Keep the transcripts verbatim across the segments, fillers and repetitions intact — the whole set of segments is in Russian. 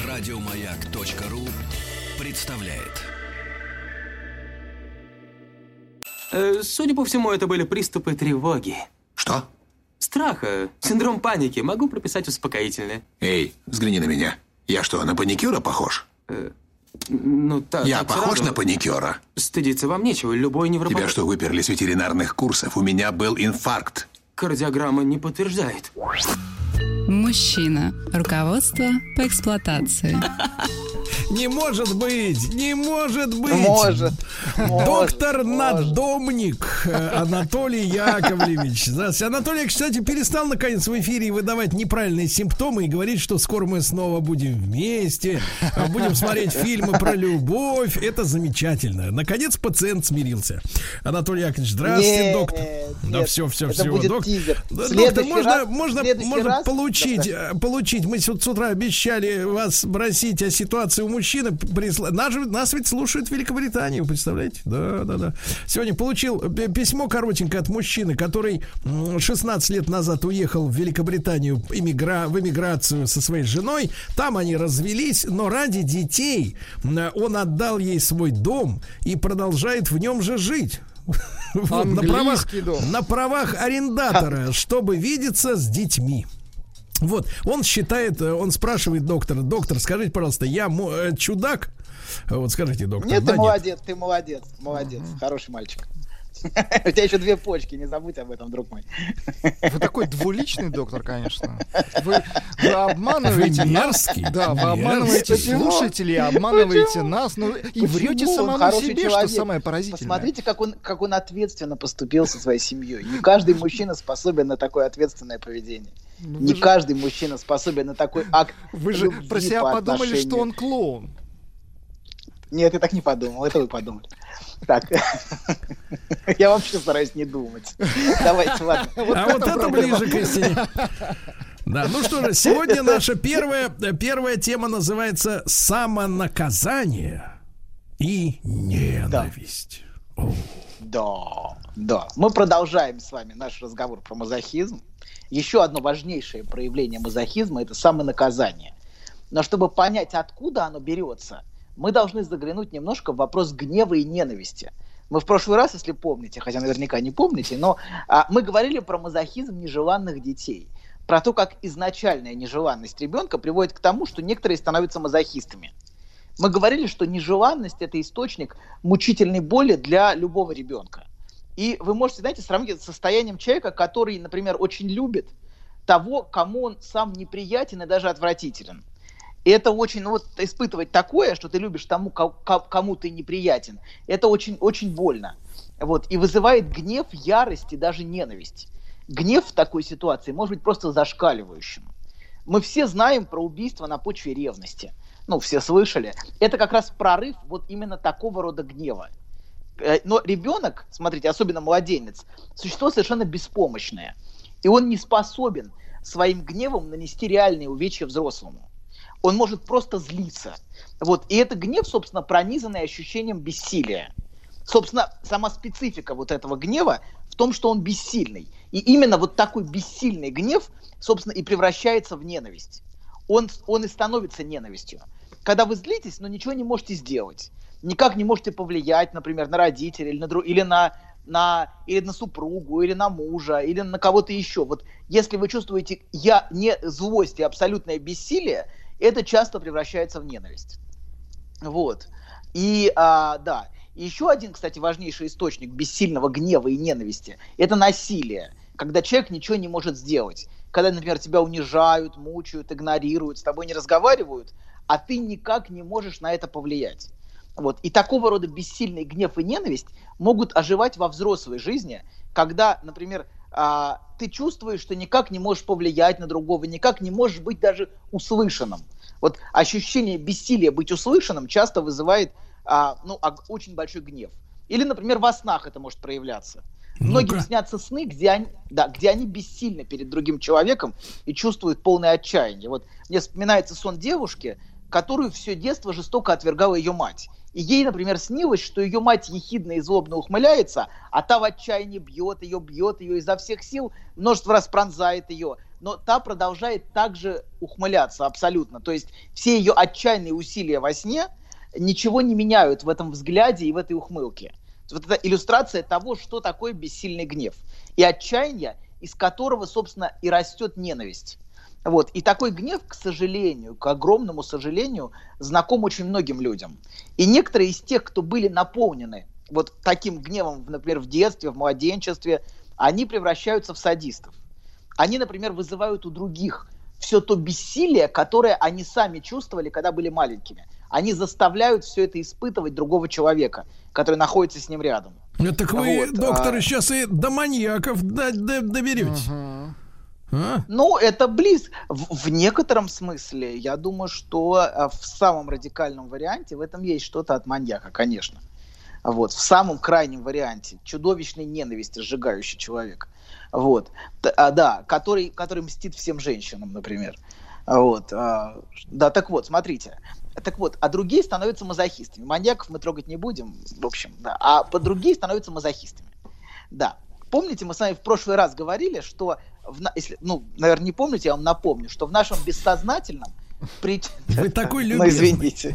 Радиомаяк.ру представляет. Э, судя по всему, это были приступы тревоги. Что? Страха, синдром паники. Могу прописать успокоительное. Эй, взгляни на меня. Я что, на паникюра похож? Э, ну, так, Я так похож сразу. на паникюра? Стыдиться вам нечего, любой невропат... Тебя что, выперли с ветеринарных курсов? У меня был инфаркт. Кардиограмма не подтверждает. Мужчина. Руководство по эксплуатации. Не может быть, не может быть. Может. Доктор может. Надомник Анатолий Яковлевич. Здравствуйте. Анатолий Яковлевич, кстати, перестал наконец в эфире выдавать неправильные симптомы и говорить, что скоро мы снова будем вместе, будем смотреть фильмы про любовь. Это замечательно. Наконец пациент смирился. Анатолий Яковлевич, здравствуйте, Нет, доктор. Да нет, все, все, это все. будет Док... тизер. Да, доктор, Следующий можно, раз- можно, следующий можно раз- получить, Да, получить. Мы с с утра обещали вас спросить о ситуации у мужчины. Присла... Нас, же- нас ведь слушают в Великобритании, вы представляете? Да, да, да. Сегодня получил п- письмо коротенькое от мужчины, который м, шестнадцать лет назад уехал в Великобританию иммигра... в эмиграцию со своей женой. Там они развелись, но ради детей м, он отдал ей свой дом и продолжает в нем же жить. Вот, на правах, дом. на правах арендатора, чтобы видеться с детьми. Вот, он считает, он спрашивает доктора: доктор, скажите, пожалуйста, я мо- э, чудак? Вот скажите, доктор. Нет, да, ты молодец, ты молодец, молодец, хороший мальчик. У тебя еще две почки, не забудь об этом, друг мой. Вы такой двуличный доктор, конечно. Вы, вы обманываете Вы нас. мерзкий, Да, вы обманываете мерзкий. слушателей, обманываете нас, ну и врете Почему? Он самому хороший себе, человек. что самое поразительное. Посмотрите, как он, как он ответственно поступил со своей семьей. Не каждый мужчина способен на такое ответственное поведение. Ну, Не вы же- каждый мужчина способен на такой акт. Вы же любви про себя по подумали, отношению. что он клоун. Нет, я так не подумал, это вы подумали. Так, я вообще стараюсь не думать. Давайте, ладно. А вот это ближе к истине. Да, ну что же, сегодня наша первая, первая тема называется «Самонаказание и ненависть». О. Да, да. Мы продолжаем с вами наш разговор про мазохизм. Еще одно важнейшее проявление мазохизма – это самонаказание. Но чтобы понять, откуда оно берется, мы должны заглянуть немножко в вопрос гнева и ненависти. Мы в прошлый раз, если помните, хотя наверняка не помните, но а, мы говорили про мазохизм нежеланных детей. Про то, как изначальная нежеланность ребенка приводит к тому, что некоторые становятся мазохистами. Мы говорили, что нежеланность – это источник мучительной боли для любого ребенка. И вы можете, знаете, сравнить это с состоянием человека, который, например, очень любит того, кому он сам неприятен и даже отвратителен. И это очень, ну вот испытывать такое, что ты любишь тому, кому ты неприятен, это очень, очень больно. Вот, и вызывает гнев, ярость и даже ненависть. Гнев в такой ситуации может быть просто зашкаливающим. Мы все знаем про убийство на почве ревности. Ну, все слышали. Это как раз прорыв вот именно такого рода гнева. Но ребенок, смотрите, особенно младенец, существо совершенно беспомощное. И он не способен своим гневом нанести реальные увечья взрослому. Он может просто злиться. Вот. И это гнев, собственно, пронизанный ощущением бессилия. Собственно, сама специфика вот этого гнева в том, что он бессильный. И именно вот такой бессильный гнев, собственно, и превращается в ненависть. Он, он и становится ненавистью. Когда вы злитесь, но ничего не можете сделать. Никак не можете повлиять, например, на родителей или на, друг, или на, на, или на супругу, или на мужа, или на кого-то еще. Вот если вы чувствуете я, не, злость и абсолютное бессилие, это часто превращается в ненависть. Вот. И, а, да. И еще один, кстати, важнейший источник бессильного гнева и ненависти – это насилие. Когда человек ничего не может сделать. Когда, например, тебя унижают, мучают, игнорируют, с тобой не разговаривают, а ты никак не можешь на это повлиять. Вот. И такого рода бессильный гнев и ненависть могут оживать во взрослой жизни, когда, например, а, ты чувствуешь, что никак не можешь повлиять на другого, никак не можешь быть даже услышанным. Вот ощущение бессилия быть услышанным часто вызывает а, ну, а, очень большой гнев. Или, например, во снах это может проявляться. Многим Ну-ка. снятся сны, где они, да, где они бессильны перед другим человеком и чувствуют полное отчаяние. Вот мне вспоминается сон девушки, которую все детство жестоко отвергала ее мать. И ей, например, снилось, что ее мать ехидно и злобно ухмыляется, а та в отчаянии бьет ее, бьет ее изо всех сил, множество раз пронзает ее, но та продолжает также ухмыляться абсолютно. То есть все ее отчаянные усилия во сне ничего не меняют в этом взгляде и в этой ухмылке. Вот это иллюстрация того, что такое бессильный гнев. И отчаяние, из которого, собственно, и растет ненависть. Вот. И такой гнев, к сожалению, к огромному сожалению, знаком очень многим людям. И некоторые из тех, кто были наполнены вот таким гневом, например, в детстве, в младенчестве, они превращаются в садистов. Они, например, вызывают у других все то бессилие, которое они сами чувствовали, когда были маленькими. Они заставляют все это испытывать другого человека, который находится с ним рядом. Так вы, вот, доктор, а... сейчас и до маньяков доберетесь. Uh-huh. А? Ну, это близ. В, в некотором смысле, я думаю, что в самом радикальном варианте в этом есть что-то от маньяка, конечно. Вот, в самом крайнем варианте чудовищной ненависти, сжигающей человека. Вот, а, да, который, который мстит всем женщинам, например. Вот, а, да, так вот, смотрите. Так вот, а другие становятся мазохистами. Маньяков мы трогать не будем, в общем, да. А по другие становятся мазохистами. Да. Помните, мы с вами в прошлый раз говорили, что, в, если, ну, наверное, не помните, я вам напомню, что в нашем бессознательном... При... Вы такой любезный. Ну, извините.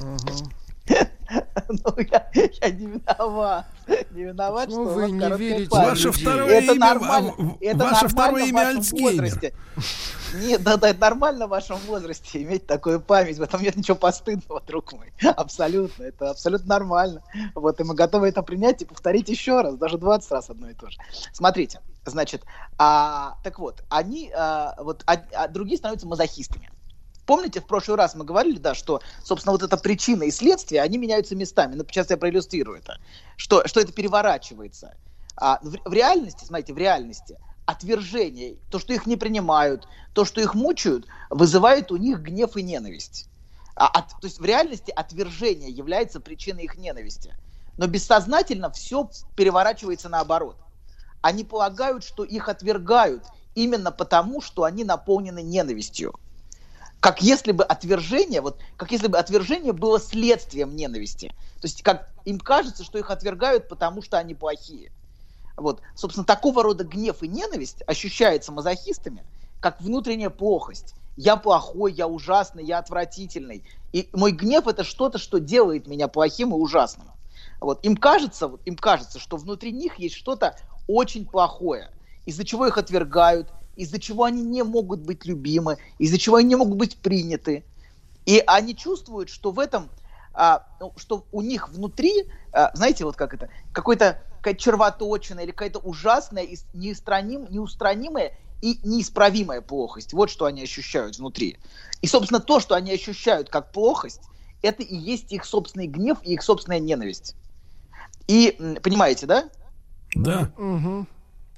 Ну, я, я не виноват. Не виноват, ну, что вы не верите. Ваше второе это имя, нормально, это ваше нормально второе имя в вашем Альцгеймер. возрасте. Нет, да, да, это нормально в вашем возрасте иметь такую память. В этом нет ничего постыдного, друг мой. Абсолютно. Это абсолютно нормально. Вот, и мы готовы это принять и повторить еще раз, даже двадцать раз одно и то же. Смотрите, значит, а, так вот, они, а, вот, а, а другие становятся мазохистами. Помните, в прошлый раз мы говорили, да, что, собственно, вот эта причина и следствие, они меняются местами. Ну, сейчас я проиллюстрирую это. Что, что это переворачивается. А в, в реальности, смотрите, в реальности отвержение, то, что их не принимают, то, что их мучают, вызывает у них гнев и ненависть. А, от, то есть в реальности отвержение является причиной их ненависти. Но бессознательно все переворачивается наоборот. Они полагают, что их отвергают именно потому, что они наполнены ненавистью. Как если бы отвержение, вот, как если бы отвержение было следствием ненависти. То есть как им кажется, что их отвергают, потому что они плохие. Вот. Собственно, такого рода гнев и ненависть ощущается мазохистами как внутренняя плохость. Я плохой, я ужасный, я отвратительный. И мой гнев — это что-то, что делает меня плохим и ужасным. Вот. Им кажется, вот, им кажется, что внутри них есть что-то очень плохое, из-за чего их отвергают, из-за чего они не могут быть любимы, из-за чего они не могут быть приняты. И они чувствуют, что в этом, а, ну, что у них внутри, а, знаете, вот как это, какой-то, какая-то червоточина или какая-то ужасная, неустраним, неустранимая и неисправимая плохость. Вот что они ощущают внутри. И, собственно, то, что они ощущают как плохость, это и есть их собственный гнев и их собственная ненависть. И, понимаете, да? Да. Угу.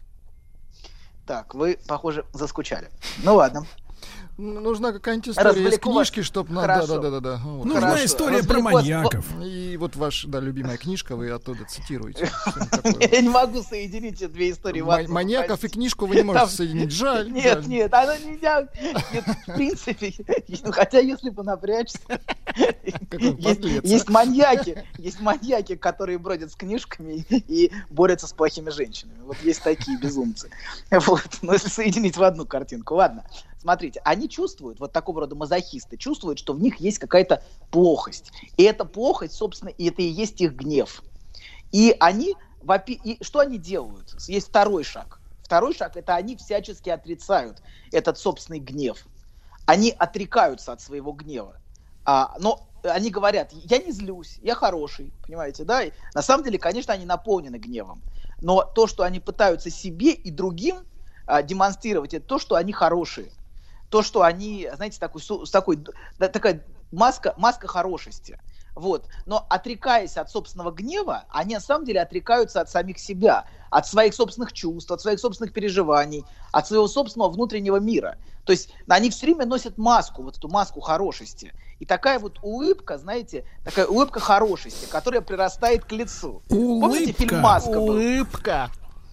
Так, вы, похоже, заскучали. Ну ладно. Нужна какая-нибудь история из Развлеку вас. книжки, чтобы... Хорошо. Да, да, да, да. Вот. Нужна Хорошо. история про Развлеку вас. маньяков. И вот ваша, да, любимая книжка, вы оттуда цитируете. Я не могу соединить эти две истории. в одну. Маньяков и книжку вы не можете Там- соединить. Жаль. Нет, жаль. нет, она нельзя. Нет, в принципе, ну, хотя если бы напрячься, Какой есть, подлец, а. есть маньяки, есть маньяки, которые бродят с книжками и борются с плохими женщинами. Вот есть такие безумцы. Вот, но если соединить в одну картинку, ладно. Смотрите, они чувствуют, вот такого рода мазохисты, чувствуют, что в них есть какая-то плохость. И эта плохость, собственно, и это и есть их гнев. И они, вопи- и что они делают? Есть второй шаг. Второй шаг – это они всячески отрицают этот собственный гнев. Они отрекаются от своего гнева. А, но они говорят, я не злюсь, я хороший, понимаете, да? И на самом деле, конечно, они наполнены гневом. Но то, что они пытаются себе и другим а, демонстрировать, это то, что они хорошие. То, что они, знаете, такой, с такой, да, такая маска, маска хорошести. Вот. Но отрекаясь от собственного гнева, они на самом деле отрекаются от самих себя, от своих собственных чувств, от своих собственных переживаний, от своего собственного внутреннего мира. То есть они все время носят маску, вот эту маску хорошести. И такая вот улыбка, знаете, такая улыбка хорошести, которая прирастает к лицу. Помните, Улыбка. фильм «Маска» был? Улыбка.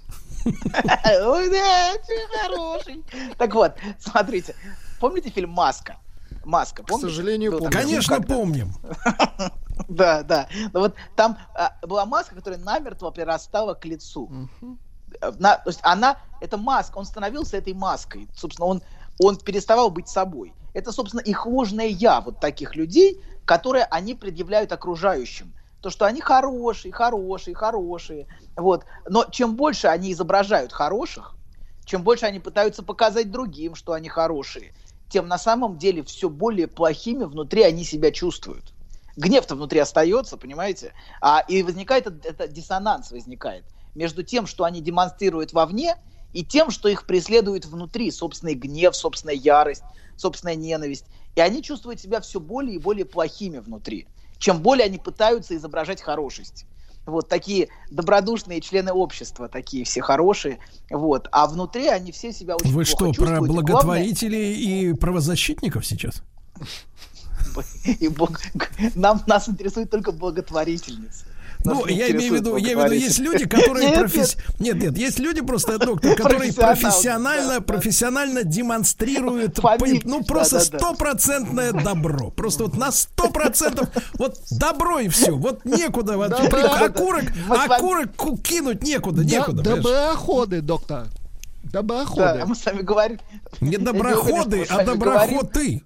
Ой, да, ты хороший. Так вот, смотрите, помните фильм «Маска»? «Маска», К помните? сожалению, Был помню. такой фильм Конечно, когда-то. помним. Да, да. Но вот там а, была маска, которая намертво прирастала к лицу. Мгм. На- то есть она, эта маска, он становился этой маской. Собственно, он он переставал быть собой. Это, собственно, их ложное «я» вот таких людей, которые они предъявляют окружающим. То, что они хорошие, хорошие, хорошие. Вот. Но чем больше они изображают хороших, чем больше они пытаются показать другим, что они хорошие, тем на самом деле все более плохими внутри они себя чувствуют. Гнев-то внутри остается, понимаете? А, и возникает это, это диссонанс возникает между тем, что они демонстрируют вовне, и тем, что их преследует внутри. Собственный гнев, собственная ярость, собственная ненависть. И они чувствуют себя все более и более плохими внутри. Чем более они пытаются изображать хорошесть. Вот такие добродушные члены общества, такие все хорошие. Вот. А внутри они все себя очень Вы плохо что, чувствуют. про благотворителей и правозащитников сейчас? И Бог, нам, нас интересует только благотворительницы. Нас Ну, не я имею в виду, я имею в виду, есть люди, которые Нет, професс... нет, нет, есть люди просто, доктор, которые Профессионал, профессионально, да, да. профессионально демонстрируют, Фамилия, ну да, просто да, да. стопроцентное добро, просто вот на сто процентов, вот добро и все, вот некуда вообще, Да, да, окурок, да. окурок ку- кинуть некуда, некуда. Да, понимаешь? доброходы, доктор. Доброходы. Да, мы с вами говорим. Не Я уверен, доброходы, что мы а с вами говорим. доброходы.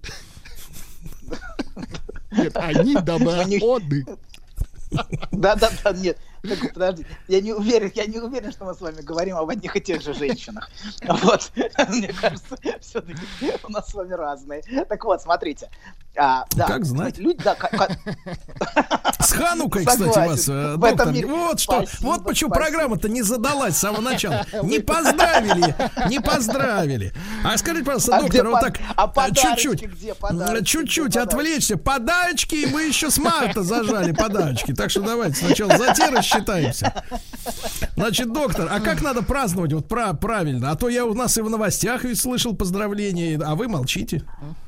Нет, они доброходы. Да, да, да, нет. Так, подожди, я не уверен, я не уверен, что мы с вами говорим об одних и тех же женщинах. Вот, мне кажется, все-таки у нас с вами разные. Так вот, смотрите. А, да, Как знать? Люди, да, как, как... С Ханукой, кстати, Согласен. вас, э, В этом доктор. мире. Вот что, Спасибо, вот почему спасибо. программа-то не задалась с самого начала. Не поздравили, не поздравили. А скажите, пожалуйста, А доктор, где вот под- так а э, подарочки чуть-чуть, где? Подарочки чуть-чуть где? отвлечься. Подарочки, и мы еще с марта зажали подарочки. Так что давайте сначала за те рассчитаемся. Значит, доктор, а как надо праздновать вот пра- правильно? А то я у нас и в новостях ведь слышал поздравления, а вы молчите.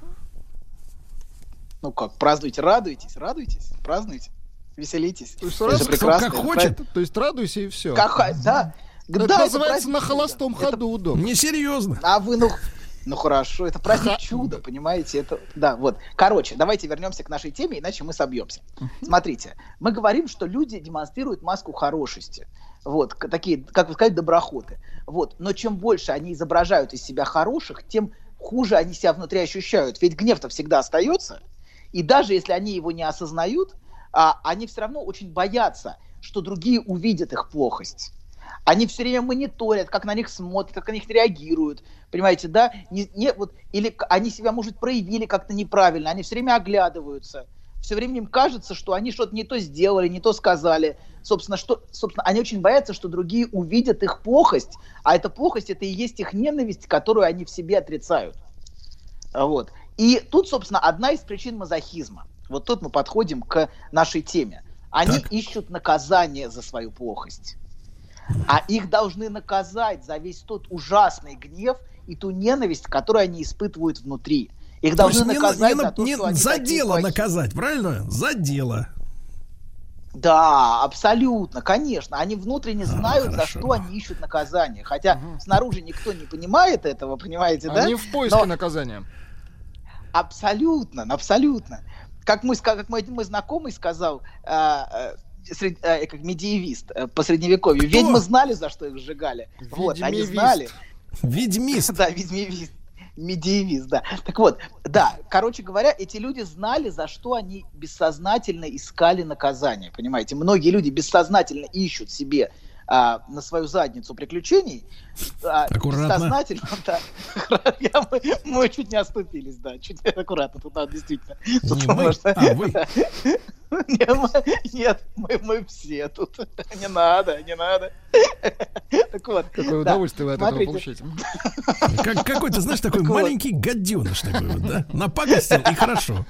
Ну как, празднуйте, радуйтесь, радуйтесь, празднуйте, веселитесь. То есть Это же раз- прекрасно. как хочет. То есть радуйся и все. Как, да. Это Да, называется праздник на холостом чуда. Это- ходу, доктор. Несерьезно. А вы, ну, ну хорошо, это праздник Ха- чуда, понимаете? Это, да, вот. Короче, давайте вернемся к нашей теме, иначе мы собьемся. Смотрите, мы говорим, что люди демонстрируют маску хорошести. Вот, к- такие, как вы сказали, доброходы. Вот. Но чем больше они изображают из себя хороших, тем хуже они себя внутри ощущают. Ведь гнев-то всегда остается. И даже если они его не осознают, а, они все равно очень боятся, что другие увидят их плохость. Они все время мониторят, как на них смотрят, как на них реагируют. Понимаете, да? Не, не, вот, или к- они себя, может, проявили как-то неправильно. Они все время оглядываются. Все время им кажется, что они что-то не то сделали, не то сказали. Собственно, что, собственно, они очень боятся, что другие увидят их плохость. А эта плохость – это и есть их ненависть, которую они в себе отрицают. Вот. И тут, собственно, одна из причин мазохизма. Вот тут мы подходим к нашей теме. Они Так. ищут наказание за свою плохость. А их должны наказать за весь тот ужасный гнев и ту ненависть, которую они испытывают внутри. Их То должны есть не, наказать не, за то, не, что они за такие дело плохие. наказать, правильно? За дело. Да, абсолютно, конечно. Они внутренне А, знают, за хорошо. что они ищут наказание. Хотя снаружи никто не понимает этого, понимаете, да? Они в поиске Но- наказания. Абсолютно, абсолютно. Как мы, ска- как мой, мой знакомый сказал, э, э, сред- э, как медиевист э, по средневековью, Кто? ведьмы знали, за что их сжигали. Вот, они Ведьмевист. знали. Ведьмист. Да, ведьмевист. Медиевист, да. Так вот, да, короче говоря, эти люди знали, за что они бессознательно искали наказание, понимаете? Многие люди бессознательно ищут себе а, на свою задницу приключений. а, Аккуратно. Бессознательно, да. Я- мы, мы чуть не оступились, да, чуть не аккуратно, тут надо действительно. Тут Не мы, можно- а вы. да. Не, мы- Нет, мы, мы все тут. Не надо, не надо. Так вот. Какое да, удовольствие вы от этого смотрите. получаете. Как, какой-то, знаешь, такой Так вот. маленький гаденыш такой вот, да? Напакостил и хорошо.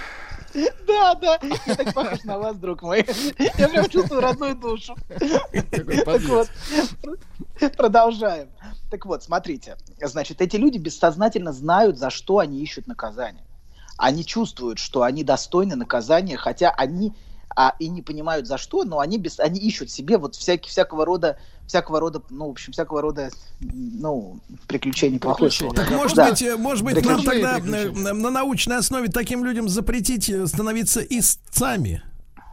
Да, да, я так похож на вас, друг мой. Я прям чувствую родную душу. Какой Так подлец. вот, пр- продолжаем. Так вот, смотрите. Значит, эти люди бессознательно знают, за что они ищут наказание. Они чувствуют, что они достойны наказания, хотя они а, и не понимают, за что, но они, без, они ищут себе вот всякие, всякого рода, всякого рода, ну, в общем, всякого рода, ну, приключений плохое слово. Так может Да. быть, э, может быть, нам Приключения, тогда приключения. э, на научной основе таким людям запретить э, становиться истцами?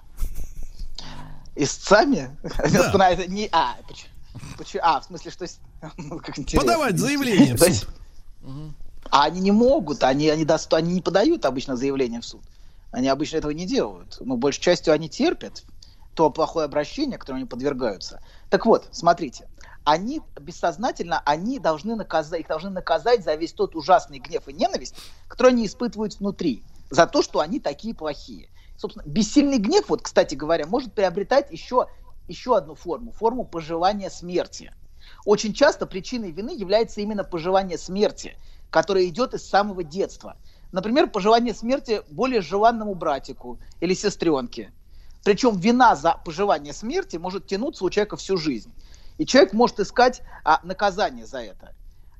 Истцами? Да. Ну, это не... А, почему? Почему? А, в смысле, что... с- ну, как интересно. Подавать заявление в То есть- суд. А они не могут, они, они, дост... они не подают обычно заявление в суд. Они обычно этого не делают. Но большей частью они терпят то плохое обращение, которому они подвергаются. Так вот, смотрите, они бессознательно, они должны наказать, их должны наказать за весь тот ужасный гнев и ненависть, который они испытывают внутри, за то, что они такие плохие. Собственно, бессильный гнев, вот, кстати говоря, может приобретать еще, еще одну форму, форму пожелания смерти. Очень часто причиной вины является именно пожелание смерти, которое идет из самого детства. Например, пожелание смерти более желанному братику или сестренке. Причем вина за пожелание смерти может тянуться у человека всю жизнь. И человек может искать а, наказание за это.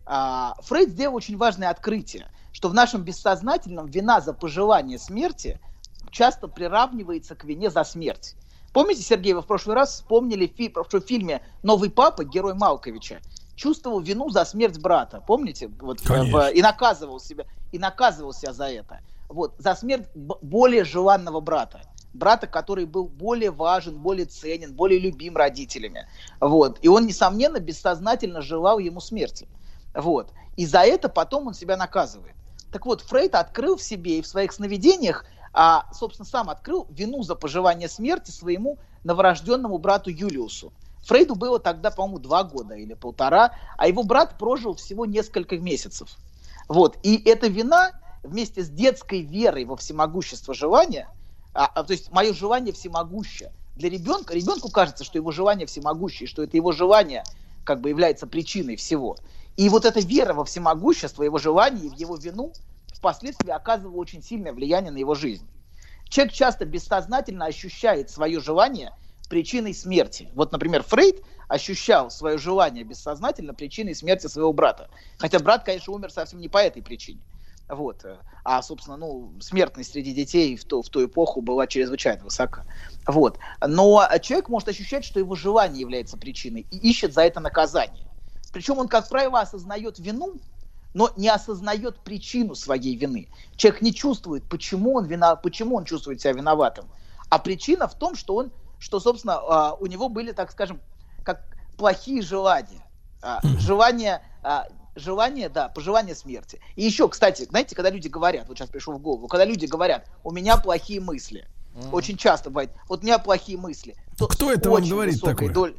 А, Фрейд сделал очень важное открытие, что в нашем бессознательном вина за пожелание смерти часто приравнивается к вине за смерть. Помните, Сергей, вы в прошлый раз вспомнили, фи- что в фильме «Новый папа» герой Малковича чувствовал вину за смерть брата, помните? Вот, в, и наказывал себя, и наказывал себя за это. Вот, за смерть б- более желанного брата. Брата, который был более важен, более ценен, более любим родителями. Вот. И он, несомненно, бессознательно желал ему смерти. Вот. И за это потом он себя наказывает. Так вот, Фрейд открыл в себе и в своих сновидениях, а, собственно, сам открыл вину за пожелание смерти своему новорожденному брату Юлиусу. Фрейду было тогда, по-моему, два года или полтора, а его брат прожил всего несколько месяцев. Вот. И эта вина вместе с детской верой во всемогущество желания, а, а, то есть мое желание всемогуще. Для ребенка, ребенку кажется, что его желание всемогуще, что это его желание как бы является причиной всего. И вот эта вера во всемогущество, его желание и в его вину впоследствии оказывала очень сильное влияние на его жизнь. Человек часто бессознательно ощущает свое желание причиной смерти. Вот, например, Фрейд ощущал свое желание бессознательно причиной смерти своего брата. Хотя брат, конечно, умер совсем не по этой причине. Вот. А, собственно, ну, смертность среди детей в ту, в ту эпоху была чрезвычайно высока. Вот. Но человек может ощущать, что его желание является причиной и ищет за это наказание. Причем он, как правило, осознает вину, но не осознает причину своей вины. Человек не чувствует, почему он, вина, почему он чувствует себя виноватым. А причина в том, что, он, что собственно, у него были, так скажем, как плохие желания. Желания... Желание, да, пожелание смерти. И еще, кстати, знаете, когда люди говорят, вот сейчас пришло в голову, когда люди говорят, у меня плохие мысли, mm. очень часто бывает, вот у меня плохие мысли. То кто это вам говорит такое? Доль...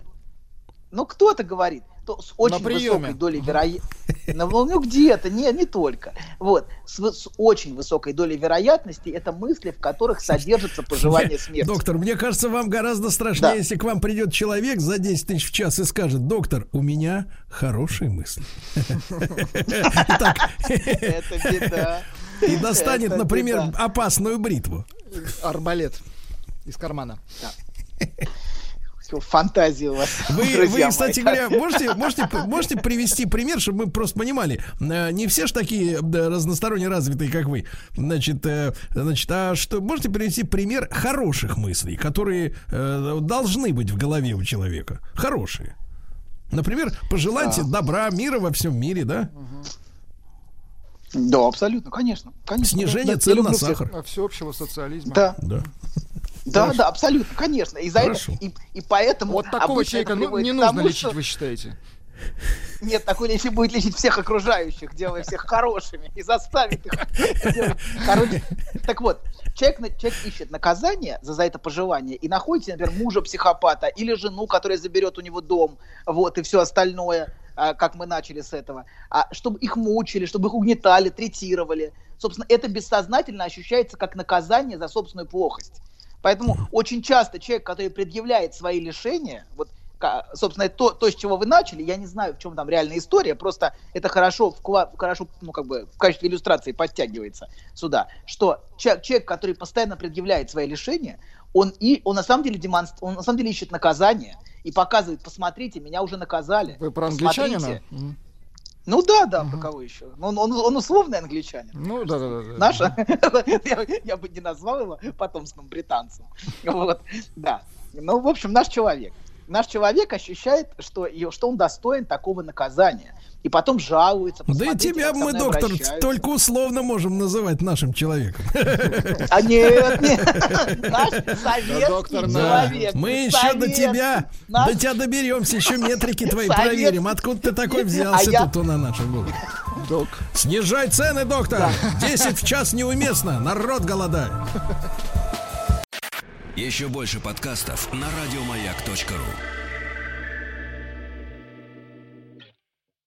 Ну, кто-то говорит, то с очень высокой долей вероятности. Ну, где-то, не, не только. Вот, с, с очень высокой долей вероятности это мысли, в которых содержится пожелание смерти. Доктор, мне кажется, вам гораздо страшнее, да. если к вам придет человек за десять тысяч в час и скажет: доктор, у меня хорошие мысли. Это беда. И достанет, например, опасную бритву. Арбалет из кармана. Фантазии у вас. Вы, вы кстати говоря, можете, можете, можете привести пример, чтобы мы просто понимали. Не все ж такие разносторонне развитые, как вы. Значит, значит, а что можете привести пример хороших мыслей, которые должны быть в голове у человека? Хорошие. Например, пожелайте а. добра, мира во всем мире, да? Да, абсолютно, конечно. конечно Снижение да, цен на сахар. Всех, всеобщего социализма. Да. Да. Да, Хорошо. да, абсолютно, конечно. И за это, и, и поэтому вот такого человека ну, не нужно тому, лечить, что... вы считаете? Нет, такой лечить будет лечить всех окружающих, делая всех хорошими и заставит их делать. Короче, так вот, человек, человек ищет наказание за, за это пожелание и находит, например, мужа-психопата или жену, которая заберет у него дом, вот, и все остальное, как мы начали с этого, чтобы их мучили, чтобы их угнетали, третировали. Собственно, это бессознательно ощущается как наказание за собственную плохость. Поэтому очень часто человек, который предъявляет свои лишения, вот, собственно, то, то, с чего вы начали, я не знаю, в чем там реальная история, просто это хорошо, вклад, хорошо ну, как бы, в качестве иллюстрации подтягивается сюда, что человек, человек, который постоянно предъявляет свои лишения, он, и, он, на самом деле демонстр... он на самом деле ищет наказание и показывает: посмотрите, меня уже наказали. Вы про англичанина? Ну да, да, uh-huh. про кого еще? Он, он, он условный англичанин. Ну да, да, да. Наш, я, я бы не назвал его потомственным британцем. Вот, да. Ну, в общем, наш человек. Наш человек ощущает, что, что он достоин такого наказания. И потом жалуется. Да и тебя мы, доктор, только условно можем называть нашим человеком. А нет, нет. Наш советский человек. Мы еще до тебя, до тебя доберемся, еще метрики твои проверим. Откуда ты такой взялся тут на нашем голове? Док. Снижай цены, доктор. десять в час неуместно. Народ голодает. Еще больше подкастов на радиомаяк точка ру.